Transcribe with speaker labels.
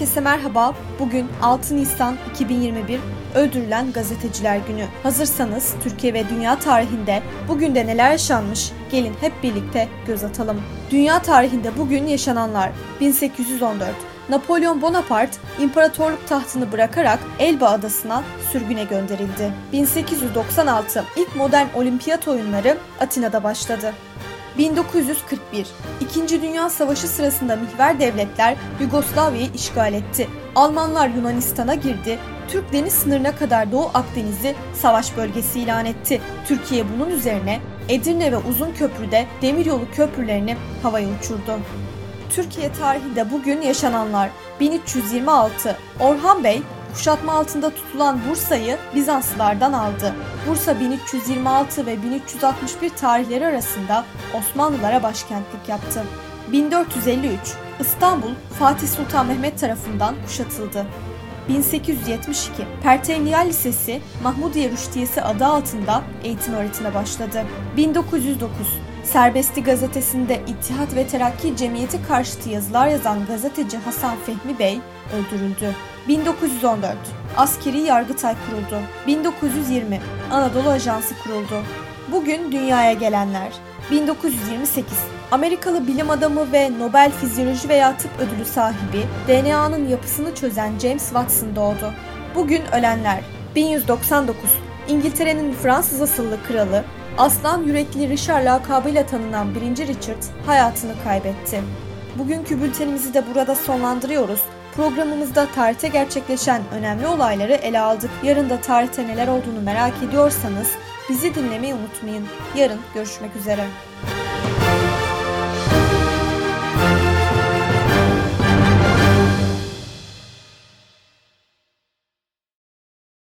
Speaker 1: Herkese merhaba. Bugün 6 Nisan 2021 Öldürülen Gazeteciler Günü. Hazırsanız Türkiye ve dünya tarihinde bugün de neler yaşanmış? Gelin hep birlikte göz atalım. Dünya tarihinde bugün yaşananlar: 1814. Napolyon Bonaparte imparatorluk tahtını bırakarak Elba adasına sürgüne gönderildi. 1896. İlk modern olimpiyat oyunları Atina'da başladı. 1941. İkinci Dünya Savaşı sırasında mihver devletler Yugoslavya'yı işgal etti. Almanlar Yunanistan'a girdi. Türk deniz sınırına kadar Doğu Akdeniz'i savaş bölgesi ilan etti. Türkiye bunun üzerine Edirne ve Uzunköprü'de demiryolu köprülerini havaya uçurdu. Türkiye tarihinde bugün yaşananlar: 1326. Orhan Bey kuşatma altında tutulan Bursa'yı Bizanslılardan aldı. Bursa 1326 ve 1361 tarihleri arasında Osmanlılara başkentlik yaptı. 1453. İstanbul Fatih Sultan Mehmet tarafından kuşatıldı. 1872. Pertevniyal Lisesi Mahmudiye Rüştiyesi adı altında eğitim öğretime başladı. 1909. Serbesti gazetesinde İttihat ve Terakki Cemiyeti karşıtı yazılar yazan gazeteci Hasan Fehmi Bey öldürüldü. 1914. Askeri Yargıtay kuruldu. 1920. Anadolu Ajansı kuruldu. Bugün dünyaya gelenler: 1928. Amerikalı bilim adamı ve Nobel Fizyoloji veya Tıp Ödülü sahibi, DNA'nın yapısını çözen James Watson doğdu. Bugün ölenler: 1199. İngiltere'nin Fransız asıllı kralı, Aslan Yürekli Richard lakabıyla tanınan 1. Richard hayatını kaybetti. Bugünkü bültenimizi de burada sonlandırıyoruz. Programımızda tarihte gerçekleşen önemli olayları ele aldık. Yarın da tarihte neler olduğunu merak ediyorsanız bizi dinlemeyi unutmayın. Yarın görüşmek üzere.